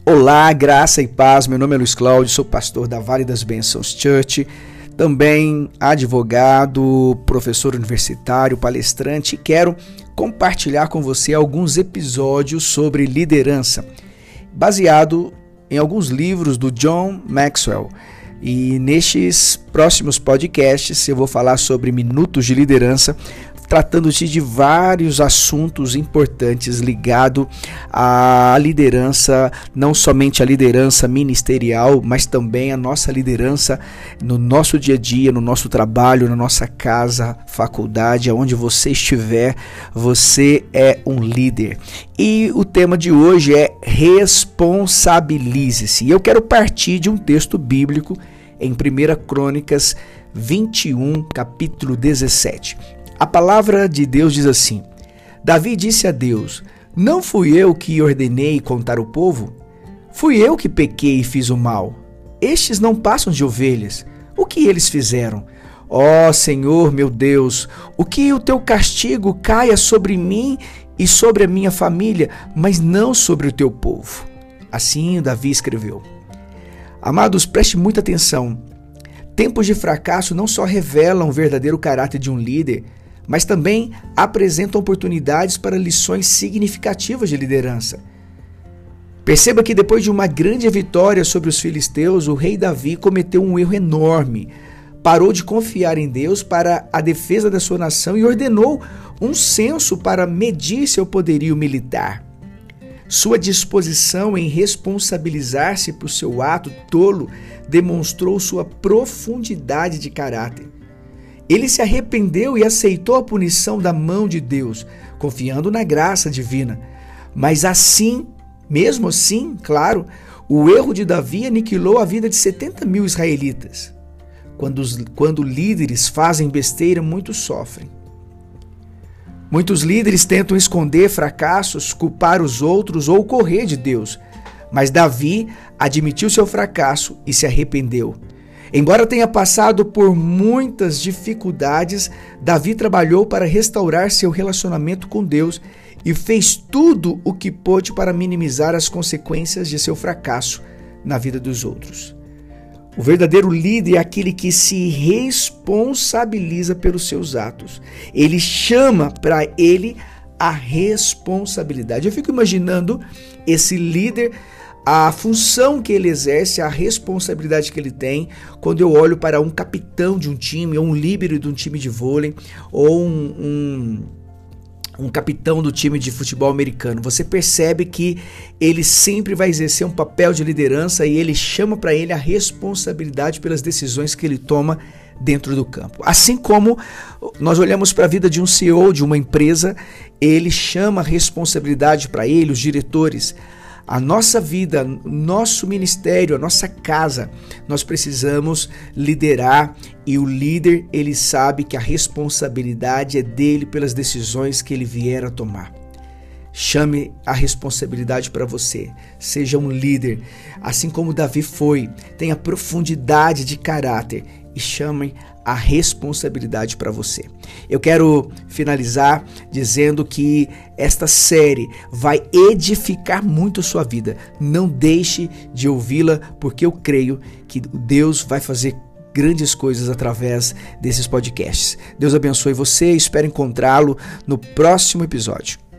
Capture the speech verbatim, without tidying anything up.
Olá, graça e paz, meu nome é Luiz Cláudio, sou pastor da Vale das Bênçãos Church, também advogado, professor universitário, palestrante, e quero compartilhar com você alguns episódios sobre liderança, baseado em alguns livros do John Maxwell. E nestes próximos podcasts eu vou falar sobre minutos de liderança, tratando-se de vários assuntos importantes ligados à liderança, não somente a liderança ministerial, mas também a nossa liderança no nosso dia a dia, no nosso trabalho, na nossa casa, faculdade, aonde você estiver, você é um líder. E o tema de hoje é responsabilize-se. E eu quero partir de um texto bíblico em primeira Crônicas vinte e um, capítulo dezessete. A palavra de Deus diz assim: Davi disse a Deus: não fui eu que ordenei contar o povo? Fui eu que pequei e fiz o mal. Estes não passam de ovelhas. O que eles fizeram? Ó Senhor meu Deus, o que o teu castigo caia sobre mim e sobre a minha família, mas não sobre o teu povo. Assim Davi escreveu. Amados, preste muita atenção. Tempos de fracasso não só revelam o verdadeiro caráter de um líder, mas também apresentam oportunidades para lições significativas de liderança. Perceba que depois de uma grande vitória sobre os filisteus, o rei Davi cometeu um erro enorme. Parou de confiar em Deus para a defesa da sua nação e ordenou um censo para medir seu poderio militar. Sua disposição em responsabilizar-se por seu ato tolo demonstrou sua profundidade de caráter. Ele se arrependeu e aceitou a punição da mão de Deus, confiando na graça divina. Mas assim, mesmo assim, claro, o erro de Davi aniquilou a vida de setenta mil israelitas. Quando, os, quando líderes fazem besteira, muitos sofrem. Muitos líderes tentam esconder fracassos, culpar os outros ou correr de Deus. Mas Davi admitiu seu fracasso e se arrependeu. Embora tenha passado por muitas dificuldades, Davi trabalhou para restaurar seu relacionamento com Deus e fez tudo o que pôde para minimizar as consequências de seu fracasso na vida dos outros. O verdadeiro líder é aquele que se responsabiliza pelos seus atos. Ele chama para ele a responsabilidade. Eu fico imaginando esse líder, a função que ele exerce, a responsabilidade que ele tem, quando eu olho para um capitão de um time, ou um líbero de um time de vôlei, ou um, um, um capitão do time de futebol americano. Você percebe que ele sempre vai exercer um papel de liderança e ele chama para ele a responsabilidade pelas decisões que ele toma dentro do campo. Assim como nós olhamos para a vida de um C E O de uma empresa, ele chama a responsabilidade para ele, os diretores. A nossa vida, nosso ministério, a nossa casa, nós precisamos liderar e o líder, ele sabe que a responsabilidade é dele pelas decisões que ele vier a tomar. Chame a responsabilidade para você, seja um líder, assim como Davi foi, tenha profundidade de caráter e chame a responsabilidade para você. Eu quero finalizar dizendo que esta série vai edificar muito a sua vida. Não deixe de ouvi-la, porque eu creio que Deus vai fazer grandes coisas através desses podcasts. Deus abençoe você e espero encontrá-lo no próximo episódio.